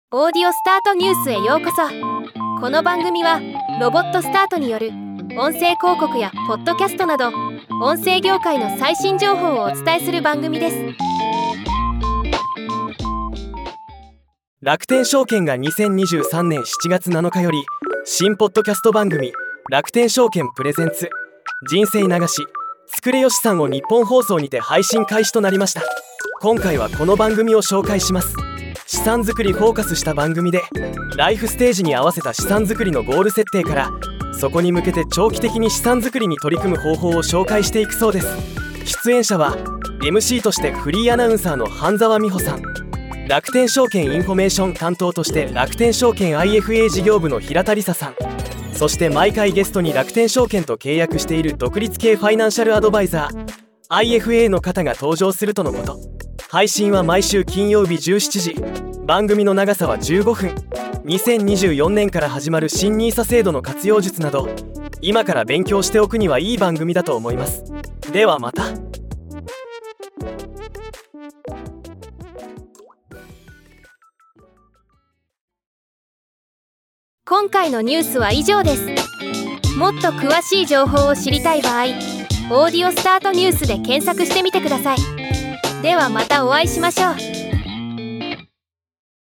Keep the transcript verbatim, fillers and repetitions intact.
オーディオスタートニュースへようこそ。この番組はロボットスタートによる音声広告やポッドキャストなど音声業界の最新情報をお伝えする番組です。 楽天証券がにせんにじゅうさんねんしちがつなのかより新ポッドキャスト番組楽天証券プレゼンツ人生流し作れよしさんを日本放送にて配信開始となりました。今回はこの番組を紹介します。資産作りフォーカスした番組でライフステージに合わせた資産作りのゴール設定からそこに向けて長期的に資産作りに取り組む方法を紹介していくそうです。出演者は エムシー としてフリーアナウンサーの半沢美穂さん、楽天証券インフォメーション担当として楽天証券 アイエフエー 事業部の平田理沙さん、そして毎回ゲストに楽天証券と契約している独立系ファイナンシャルアドバイザー アイエフエー の方が登場するとのこと。配信は毎週金曜日じゅうしちじ、番組の長さはじゅうごふん。にせんにじゅうよねんから始まる新ニーサ制度の活用術など今から勉強しておくにはいい番組だと思います。ではまた。 今回のニュースは以上です。もっと詳しい情報を知りたい場合、オーディオスタートニュースで検索してみてください。ではまたお会いしましょう。